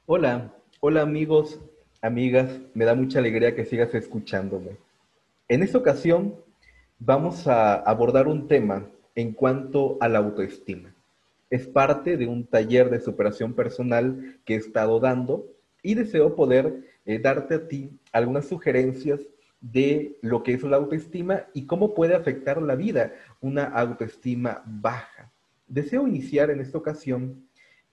Hola, hola amigos, amigas, me da mucha alegría que sigas escuchándome. En esta ocasión vamos a abordar un tema en cuanto a la autoestima. Es parte de un taller de superación personal que he estado dando y deseo poder darte a ti algunas sugerencias de lo que es la autoestima y cómo puede afectar la vida una autoestima baja. Deseo iniciar en esta ocasión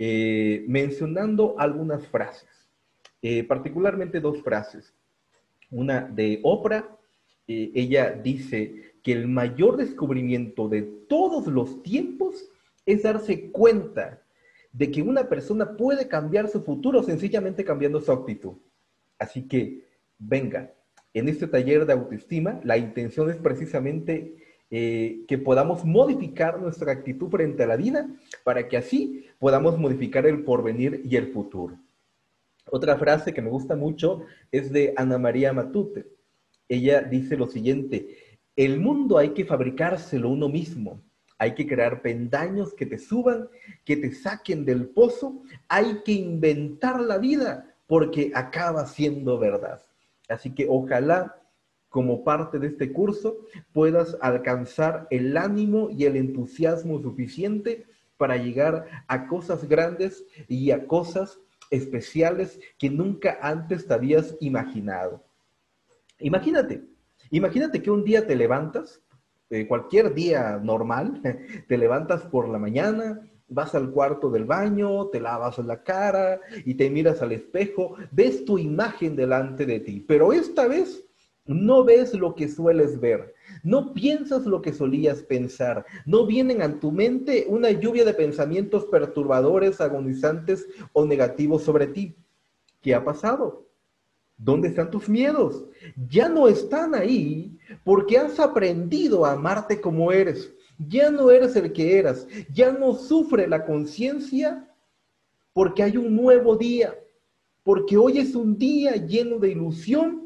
mencionando algunas frases, particularmente dos frases. Una de Oprah, ella dice que el mayor descubrimiento de todos los tiempos es darse cuenta de que una persona puede cambiar su futuro sencillamente cambiando su actitud. Así que, venga, en este taller de autoestima, la intención es precisamente que podamos modificar nuestra actitud frente a la vida para que así podamos modificar el porvenir y el futuro. Otra frase que me gusta mucho es de Ana María Matute. Ella dice lo siguiente: el mundo hay que fabricárselo uno mismo. Hay que crear pendaños que te suban, que te saquen del pozo. Hay que inventar la vida porque acaba siendo verdad. Así que ojalá, como parte de este curso, puedas alcanzar el ánimo y el entusiasmo suficiente para llegar a cosas grandes y a cosas especiales que nunca antes te habías imaginado. Imagínate, imagínate que un día te levantas, cualquier día normal, te levantas por la mañana, vas al cuarto del baño, te lavas la cara y te miras al espejo, ves tu imagen delante de ti, pero esta vez no ves lo que sueles ver, no piensas lo que solías pensar, no vienen a tu mente una lluvia de pensamientos perturbadores, agonizantes o negativos sobre ti. ¿Qué ha pasado? ¿Dónde están tus miedos? Ya no están ahí porque has aprendido a amarte como eres. Ya no eres el que eras. Ya no sufre la conciencia porque hay un nuevo día. Porque hoy es un día lleno de ilusión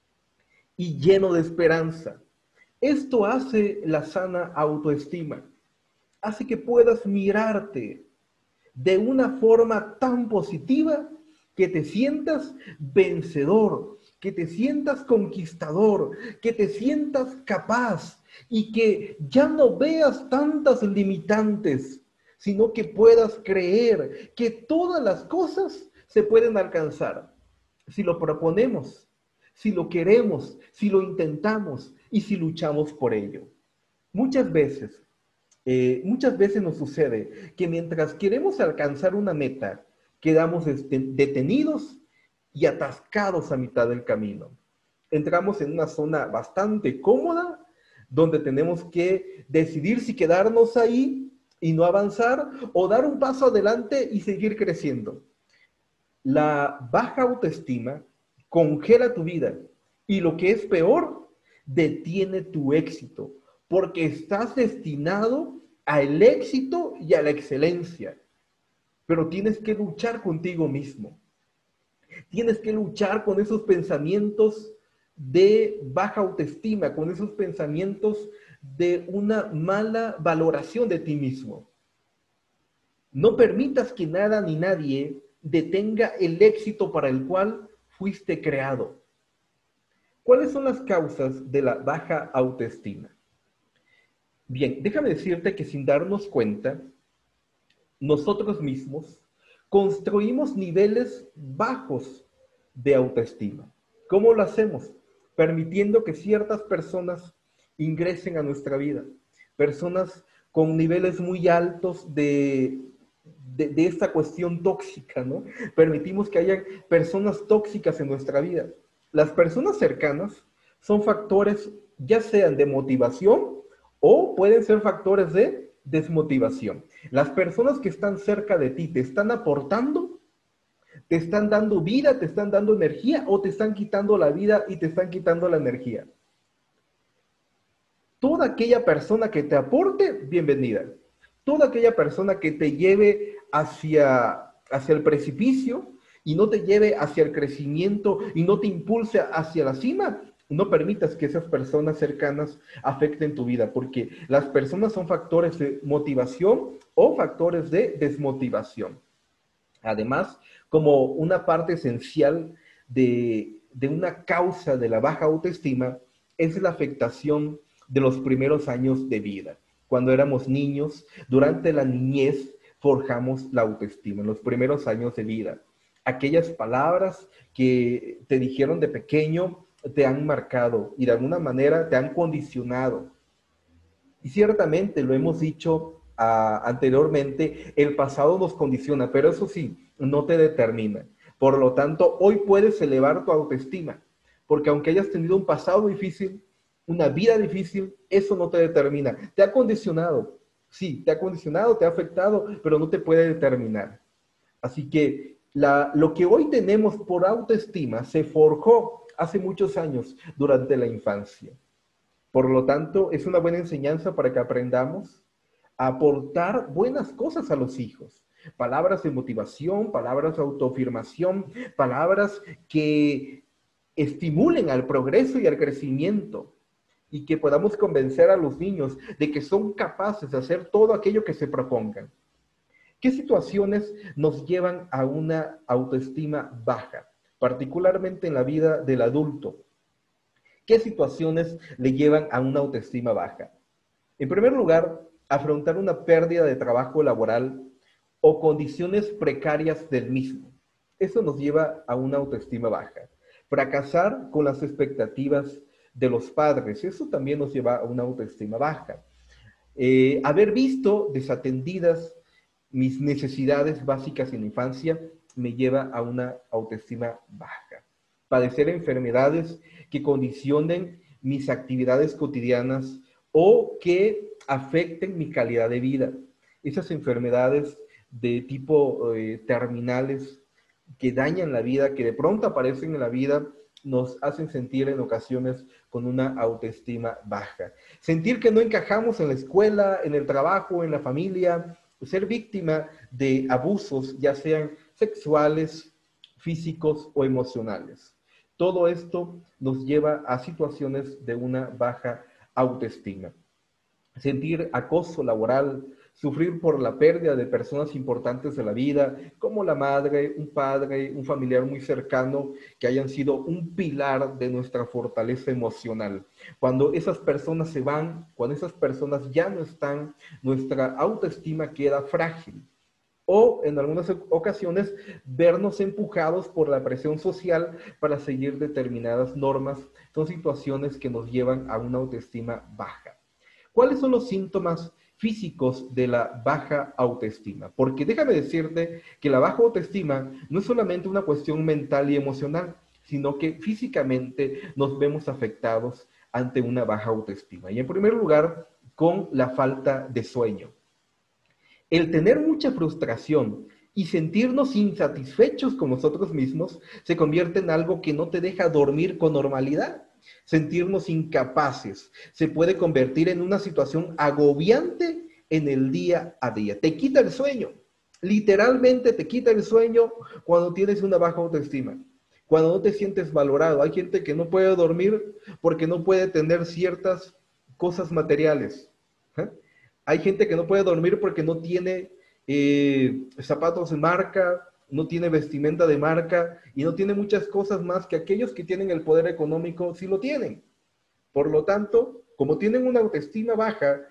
y lleno de esperanza. Esto hace la sana autoestima. Hace que puedas mirarte de una forma tan positiva que te sientas vencedor, que te sientas conquistador, que te sientas capaz y que ya no veas tantas limitantes, sino que puedas creer que todas las cosas se pueden alcanzar si lo proponemos, si lo queremos, si lo intentamos y si luchamos por ello. Muchas veces muchas veces nos sucede que mientras queremos alcanzar una meta, quedamos detenidos y atascados a mitad del camino. Entramos en una zona bastante cómoda donde tenemos que decidir si quedarnos ahí y no avanzar o dar un paso adelante y seguir creciendo. La baja autoestima congela tu vida y lo que es peor, detiene tu éxito, porque estás destinado al éxito y a la excelencia, pero tienes que luchar contigo mismo. Tienes que luchar con esos pensamientos de baja autoestima, con esos pensamientos de una mala valoración de ti mismo. No permitas que nada ni nadie detenga el éxito para el cual fuiste creado. ¿Cuáles son las causas de la baja autoestima? Bien, déjame decirte que sin darnos cuenta, nosotros mismos construimos niveles bajos de autoestima. ¿Cómo lo hacemos? Permitiendo que ciertas personas ingresen a nuestra vida. Personas con niveles muy altos de esta cuestión tóxica, ¿no? Permitimos que haya personas tóxicas en nuestra vida. Las personas cercanas son factores ya sean de motivación o pueden ser factores de desmotivación. Las personas que están cerca de ti te están aportando, te están dando vida, te están dando energía o te están quitando la vida y te están quitando la energía. Toda aquella persona que te aporte, bienvenida. Toda aquella persona que te lleve hacia el precipicio y no te lleve hacia el crecimiento y no te impulse hacia la cima, no permitas que esas personas cercanas afecten tu vida, porque las personas son factores de motivación o factores de desmotivación. Además, como una parte esencial de una causa de la baja autoestima, es la afectación de los primeros años de vida. Cuando éramos niños, durante la niñez, forjamos la autoestima, en los primeros años de vida. Aquellas palabras que te dijeron de pequeño te han marcado y de alguna manera te han condicionado. Y ciertamente lo hemos dicho anteriormente, el pasado nos condiciona, pero eso sí, no te determina. Por lo tanto, hoy puedes elevar tu autoestima, porque aunque hayas tenido un pasado difícil, una vida difícil, eso no te determina. Te ha condicionado, sí, te ha condicionado, te ha afectado, pero no te puede determinar. Así que lo que hoy tenemos por autoestima se forjó hace muchos años durante la infancia. Por lo tanto, es una buena enseñanza para que aprendamos a aportar buenas cosas a los hijos. Palabras de motivación, palabras de autoafirmación, palabras que estimulen al progreso y al crecimiento y que podamos convencer a los niños de que son capaces de hacer todo aquello que se propongan. ¿Qué situaciones nos llevan a una autoestima baja, particularmente en la vida del adulto? ¿Qué situaciones le llevan a una autoestima baja? En primer lugar, afrontar una pérdida de trabajo laboral o condiciones precarias del mismo. Eso nos lleva a una autoestima baja. Fracasar con las expectativas de los padres, eso también nos lleva a una autoestima baja. Haber visto desatendidas mis necesidades básicas en la infancia me lleva a una autoestima baja. Padecer enfermedades que condicionen mis actividades cotidianas o que afecten mi calidad de vida. Esas enfermedades de tipo terminales que dañan la vida, que de pronto aparecen en la vida, nos hacen sentir en ocasiones con una autoestima baja. Sentir que no encajamos en la escuela, en el trabajo, en la familia, ser víctima de abusos, ya sean sexuales, físicos o emocionales. Todo esto nos lleva a situaciones de una baja autoestima. Sentir acoso laboral, sufrir por la pérdida de personas importantes de la vida, como la madre, un padre, un familiar muy cercano, que hayan sido un pilar de nuestra fortaleza emocional. Cuando esas personas se van, cuando esas personas ya no están, nuestra autoestima queda frágil. O en algunas ocasiones vernos empujados por la presión social para seguir determinadas normas. Son situaciones que nos llevan a una autoestima baja. ¿Cuáles son los síntomas físicos de la baja autoestima? Porque déjame decirte que la baja autoestima no es solamente una cuestión mental y emocional, sino que físicamente nos vemos afectados ante una baja autoestima. Y en primer lugar, con la falta de sueño. El tener mucha frustración y sentirnos insatisfechos con nosotros mismos se convierte en algo que no te deja dormir con normalidad. Sentirnos incapaces se puede convertir en una situación agobiante en el día a día. Te quita el sueño. Literalmente te quita el sueño cuando tienes una baja autoestima, cuando no te sientes valorado. Hay gente que no puede dormir porque no puede tener ciertas cosas materiales. ¿Eh? Hay gente que no puede dormir porque no tiene zapatos de marca, no tiene vestimenta de marca y no tiene muchas cosas más que aquellos que tienen el poder económico sí lo tienen. Por lo tanto, como tienen una autoestima baja,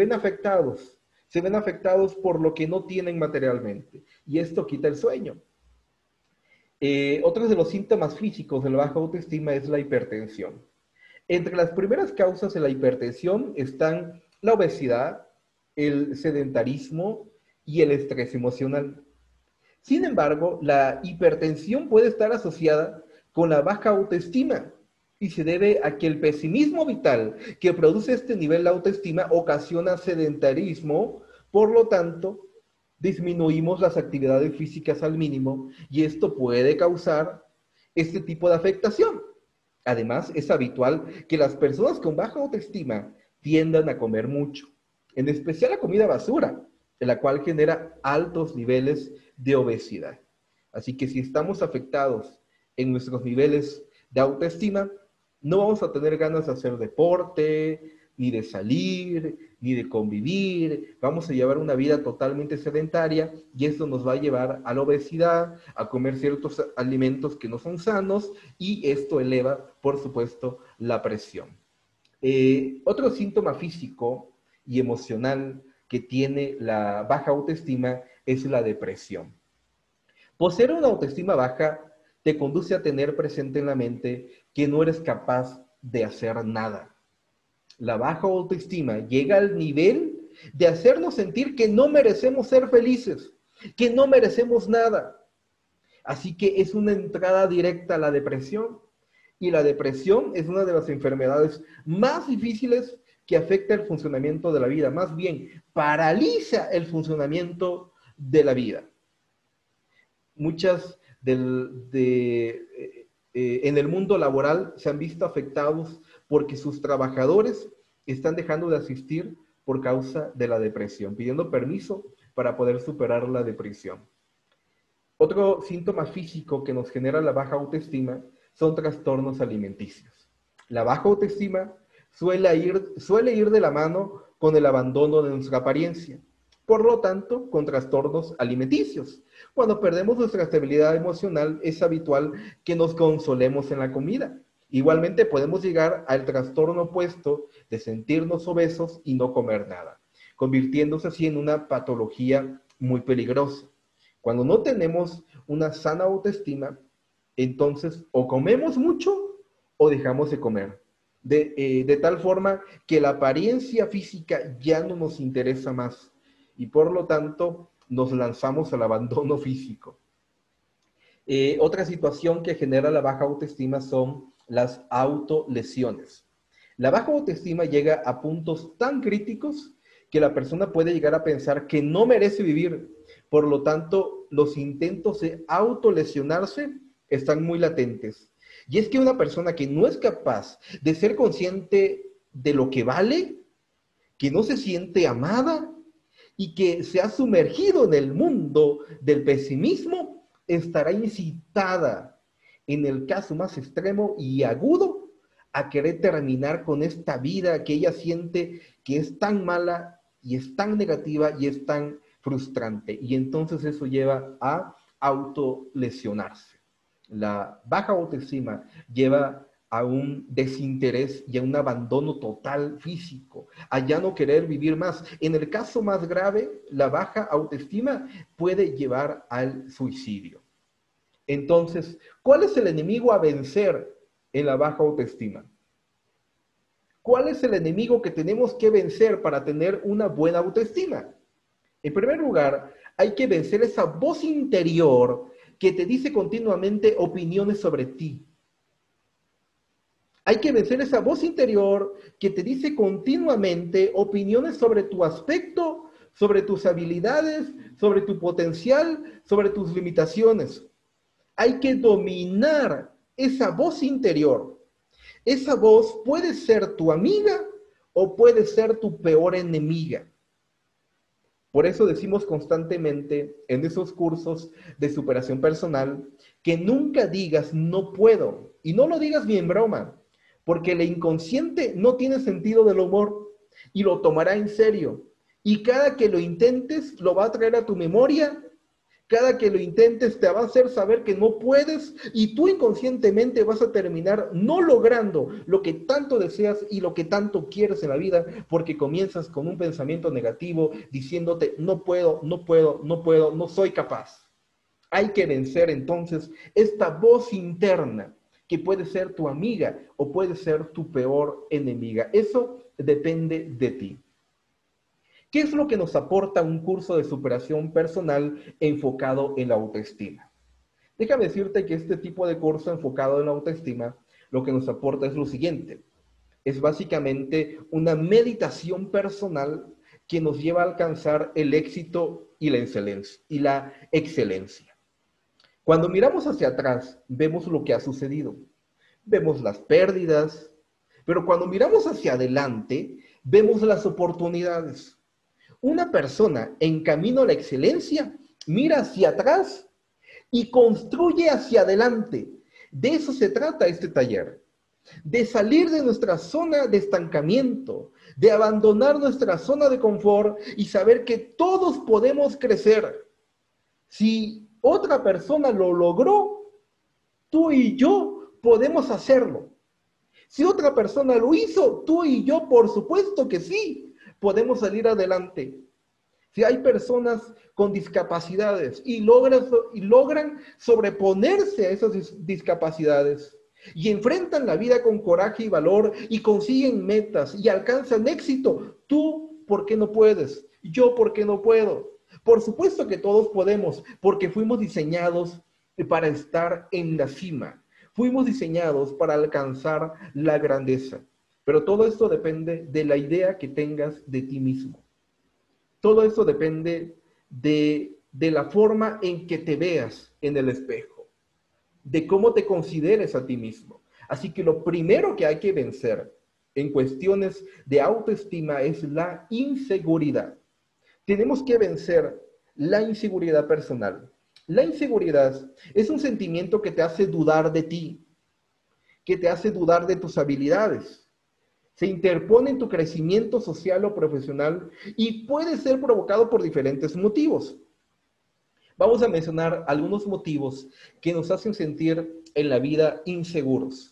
se ven afectados por lo que no tienen materialmente y esto quita el sueño. Otro de los síntomas físicos de la baja autoestima es la hipertensión. Entre las primeras causas de la hipertensión están la obesidad, el sedentarismo y el estrés emocional. Sin embargo, la hipertensión puede estar asociada con la baja autoestima y se debe a que el pesimismo vital que produce este nivel de autoestima ocasiona sedentarismo, por lo tanto, disminuimos las actividades físicas al mínimo y esto puede causar este tipo de afectación. Además, es habitual que las personas con baja autoestima tiendan a comer mucho, en especial la comida basura, la cual genera altos niveles de obesidad. Así que si estamos afectados en nuestros niveles de autoestima, no vamos a tener ganas de hacer deporte, ni de salir, ni de convivir, vamos a llevar una vida totalmente sedentaria y esto nos va a llevar a la obesidad, a comer ciertos alimentos que no son sanos y esto eleva, por supuesto, la presión. Otro síntoma físico y emocional que tiene la baja autoestima es la depresión. Poseer una autoestima baja te conduce a tener presente en la mente que no eres capaz de hacer nada. La baja autoestima llega al nivel de hacernos sentir que no merecemos ser felices, que no merecemos nada. Así que es una entrada directa a la depresión. Y la depresión es una de las enfermedades más difíciles que afecta el funcionamiento de la vida. Más bien, paraliza el funcionamiento de la vida. Muchas en el mundo laboral se han visto afectados porque sus trabajadores están dejando de asistir por causa de la depresión, pidiendo permiso para poder superar la depresión. Otro síntoma físico que nos genera la baja autoestima son trastornos alimenticios. La baja autoestima suele ir de la mano con el abandono de nuestra apariencia. Por lo tanto, con trastornos alimenticios. Cuando perdemos nuestra estabilidad emocional, es habitual que nos consolemos en la comida. Igualmente podemos llegar al trastorno opuesto de sentirnos obesos y no comer nada, convirtiéndose así en una patología muy peligrosa. Cuando no tenemos una sana autoestima, entonces o comemos mucho o dejamos de comer. De tal forma que la apariencia física ya no nos interesa más y por lo tanto nos lanzamos al abandono físico. Otra situación que genera la baja autoestima son las autolesiones. La baja autoestima llega a puntos tan críticos que la persona puede llegar a pensar que no merece vivir. Por lo tanto, los intentos de autolesionarse están muy latentes. Y es que una persona que no es capaz de ser consciente de lo que vale, que no se siente amada y que se ha sumergido en el mundo del pesimismo, estará incitada, en el caso más extremo y agudo, a querer terminar con esta vida que ella siente que es tan mala y es tan negativa y es tan frustrante. Y entonces eso lleva a autolesionarse. La baja autoestima lleva a un desinterés y a un abandono total físico, a ya no querer vivir más. En el caso más grave, la baja autoestima puede llevar al suicidio. Entonces, ¿cuál es el enemigo a vencer en la baja autoestima? ¿Cuál es el enemigo que tenemos que vencer para tener una buena autoestima? En primer lugar, hay que vencer esa voz interior que te dice continuamente opiniones sobre ti. Hay que vencer esa voz interior que te dice continuamente opiniones sobre tu aspecto, sobre tus habilidades, sobre tu potencial, sobre tus limitaciones. Hay que dominar esa voz interior. Esa voz puede ser tu amiga o puede ser tu peor enemiga. Por eso decimos constantemente en esos cursos de superación personal que nunca digas no puedo y no lo digas ni en broma, porque el inconsciente no tiene sentido del humor y lo tomará en serio. Y cada que lo intentes lo va a traer a tu memoria. Cada que lo intentes te va a hacer saber que no puedes y tú inconscientemente vas a terminar no logrando lo que tanto deseas y lo que tanto quieres en la vida porque comienzas con un pensamiento negativo diciéndote no puedo, no puedo, no puedo, no soy capaz. Hay que vencer entonces esta voz interna que puede ser tu amiga o puede ser tu peor enemiga. Eso depende de ti. ¿Qué es lo que nos aporta un curso de superación personal enfocado en la autoestima? Déjame decirte que este tipo de curso enfocado en la autoestima, lo que nos aporta es lo siguiente. Es básicamente una meditación personal que nos lleva a alcanzar el éxito y la excelencia. Cuando miramos hacia atrás, vemos lo que ha sucedido. Vemos las pérdidas, pero cuando miramos hacia adelante, vemos las oportunidades. Una persona en camino a la excelencia mira hacia atrás y construye hacia adelante. De eso se trata este taller. de salir de nuestra zona de estancamiento, de abandonar nuestra zona de confort y saber que todos podemos crecer. Si otra persona lo logró, tú y yo podemos hacerlo. Si otra persona lo hizo, tú y yo, por supuesto que sí, podemos salir adelante. Si hay personas con discapacidades y logran sobreponerse a esas discapacidades y enfrentan la vida con coraje y valor y consiguen metas y alcanzan éxito, tú, ¿por qué no puedes? Yo, ¿por qué no puedo? Por supuesto que todos podemos, porque fuimos diseñados para estar en la cima. Fuimos diseñados para alcanzar la grandeza. Pero todo esto depende de la idea que tengas de ti mismo. Todo esto depende de la forma en que te veas en el espejo, de cómo te consideres a ti mismo. Así que lo primero que hay que vencer en cuestiones de autoestima es la inseguridad. Tenemos que vencer la inseguridad personal. La inseguridad es un sentimiento que te hace dudar de ti, que te hace dudar de tus habilidades. Se interpone en tu crecimiento social o profesional y puede ser provocado por diferentes motivos. Vamos a mencionar algunos motivos que nos hacen sentir en la vida inseguros.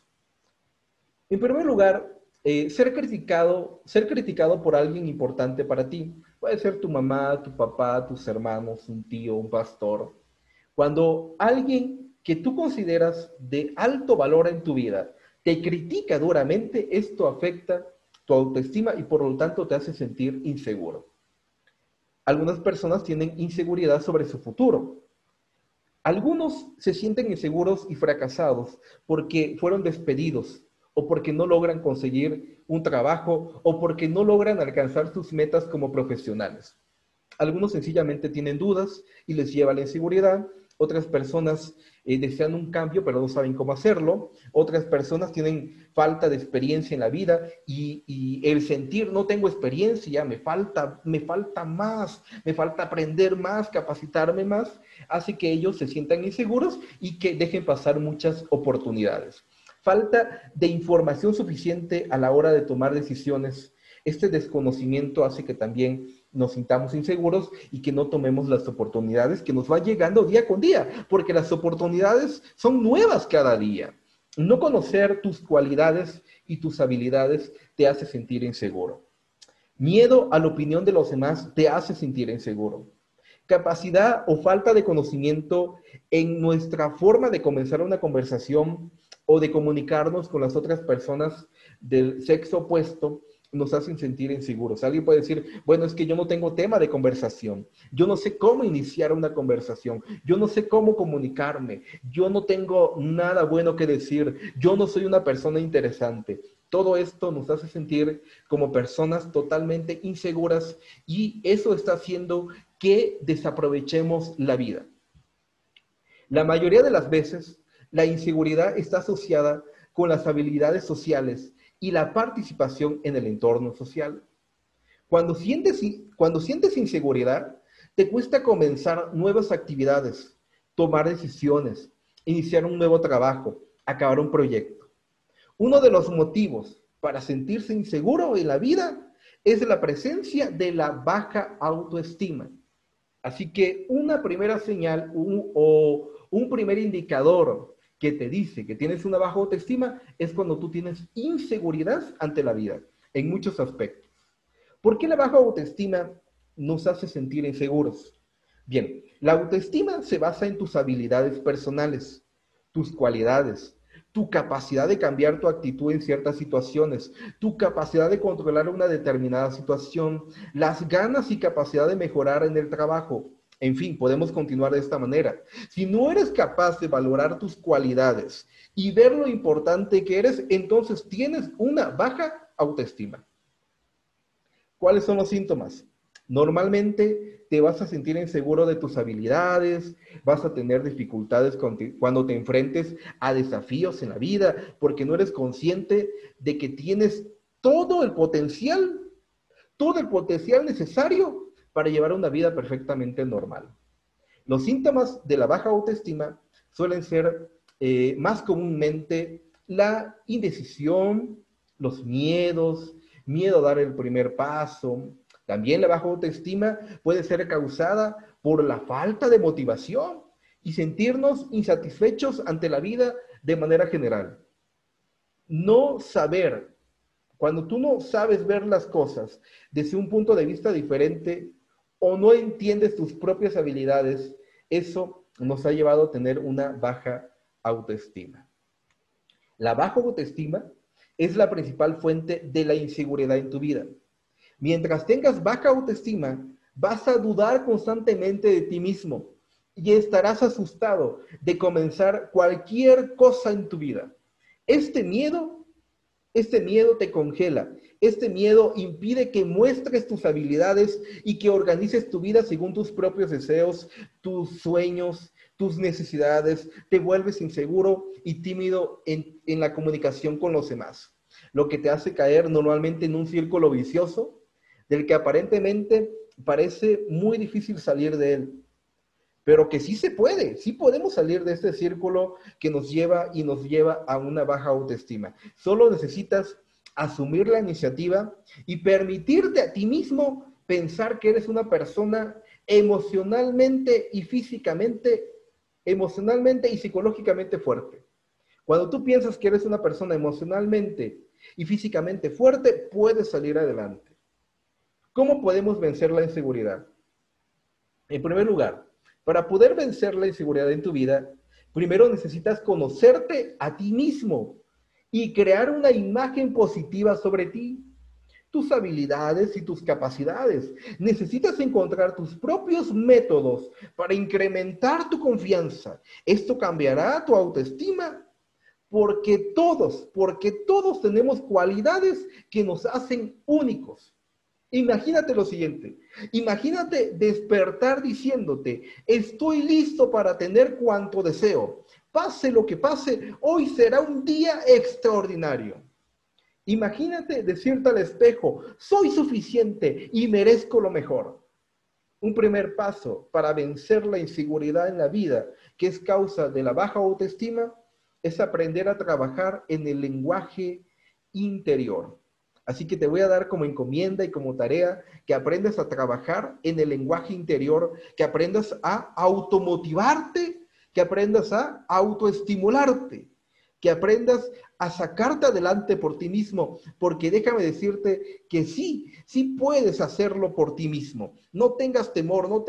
En primer lugar, ser criticado por alguien importante para ti. Puede ser tu mamá, tu papá, tus hermanos, un tío, un pastor. Cuando alguien que tú consideras de alto valor en tu vida te critica duramente, esto afecta tu autoestima y por lo tanto te hace sentir inseguro. Algunas personas tienen inseguridad sobre su futuro. Algunos se sienten inseguros y fracasados porque fueron despedidos o porque no logran conseguir un trabajo o porque no logran alcanzar sus metas como profesionales. Algunos sencillamente tienen dudas y les lleva la inseguridad. Otras personas desean un cambio, pero no saben cómo hacerlo. Otras personas tienen falta de experiencia en la vida y el sentir no tengo experiencia, me falta más, me falta aprender más, capacitarme más, hace que ellos se sientan inseguros y que dejen pasar muchas oportunidades. Falta de información suficiente a la hora de tomar decisiones. Este desconocimiento hace que también nos sintamos inseguros y que no tomemos las oportunidades que nos van llegando día con día, porque las oportunidades son nuevas cada día. No conocer tus cualidades y tus habilidades te hace sentir inseguro. Miedo a la opinión de los demás te hace sentir inseguro. Capacidad o falta de conocimiento en nuestra forma de comenzar una conversación o de comunicarnos con las otras personas del sexo opuesto nos hacen sentir inseguros. Alguien puede decir, bueno, es que yo no tengo tema de conversación, yo no sé cómo iniciar una conversación, yo no sé cómo comunicarme, yo no tengo nada bueno que decir, yo no soy una persona interesante. Todo esto nos hace sentir como personas totalmente inseguras y eso está haciendo que desaprovechemos la vida. La mayoría de las veces, la inseguridad está asociada con las habilidades sociales y la participación en el entorno social. Cuando sientes inseguridad, te cuesta comenzar nuevas actividades, tomar decisiones, iniciar un nuevo trabajo, acabar un proyecto. Uno de los motivos para sentirse inseguro en la vida es la presencia de la baja autoestima. Así que una primera señal o un primer indicador que te dice que tienes una baja autoestima es cuando tú tienes inseguridad ante la vida, en muchos aspectos. ¿Por qué la baja autoestima nos hace sentir inseguros? Bien, la autoestima se basa en tus habilidades personales, tus cualidades, tu capacidad de cambiar tu actitud en ciertas situaciones, tu capacidad de controlar una determinada situación, las ganas y capacidad de mejorar en el trabajo. En fin, podemos continuar de esta manera. Si no eres capaz de valorar tus cualidades y ver lo importante que eres, entonces tienes una baja autoestima. ¿Cuáles son los síntomas? Normalmente te vas a sentir inseguro de tus habilidades, vas a tener dificultades cuando te enfrentes a desafíos en la vida, porque no eres consciente de que tienes todo el potencial necesario para llevar una vida perfectamente normal. Los síntomas de la baja autoestima suelen ser más comúnmente la indecisión, los miedos, miedo a dar el primer paso. También la baja autoestima puede ser causada por la falta de motivación y sentirnos insatisfechos ante la vida de manera general. No saber, cuando tú no sabes ver las cosas desde un punto de vista diferente o no entiendes tus propias habilidades, eso nos ha llevado a tener una baja autoestima. La baja autoestima es la principal fuente de la inseguridad en tu vida. Mientras tengas baja autoestima, vas a dudar constantemente de ti mismo y estarás asustado de comenzar cualquier cosa en tu vida. Este miedo te congela. Este miedo impide que muestres tus habilidades y que organices tu vida según tus propios deseos, tus sueños, tus necesidades. Te vuelves inseguro y tímido en la comunicación con los demás, lo que te hace caer normalmente en un círculo vicioso del que aparentemente parece muy difícil salir de él, pero que sí se puede, sí podemos salir de este círculo que nos lleva a una baja autoestima. Solo necesitas asumir la iniciativa y permitirte a ti mismo pensar que eres una persona emocionalmente y físicamente, emocionalmente y psicológicamente fuerte. Cuando tú piensas que eres una persona emocionalmente y físicamente fuerte, puedes salir adelante. ¿Cómo podemos vencer la inseguridad? En primer lugar, para poder vencer la inseguridad en tu vida, primero necesitas conocerte a ti mismo y crear una imagen positiva sobre ti, tus habilidades y tus capacidades. Necesitas encontrar tus propios métodos para incrementar tu confianza. Esto cambiará tu autoestima porque todos tenemos cualidades que nos hacen únicos. Imagínate lo siguiente, imagínate despertar diciéndote, estoy listo para tener cuanto deseo. Pase lo que pase, hoy será un día extraordinario. Imagínate decirte al espejo, soy suficiente y merezco lo mejor. Un primer paso para vencer la inseguridad en la vida, que es causa de la baja autoestima, es aprender a trabajar en el lenguaje interior. Así que te voy a dar como encomienda y como tarea que aprendas a trabajar en el lenguaje interior, que aprendas a automotivarte, que aprendas a autoestimularte, que aprendas a sacarte adelante por ti mismo, porque déjame decirte que sí puedes hacerlo por ti mismo. No tengas temor, no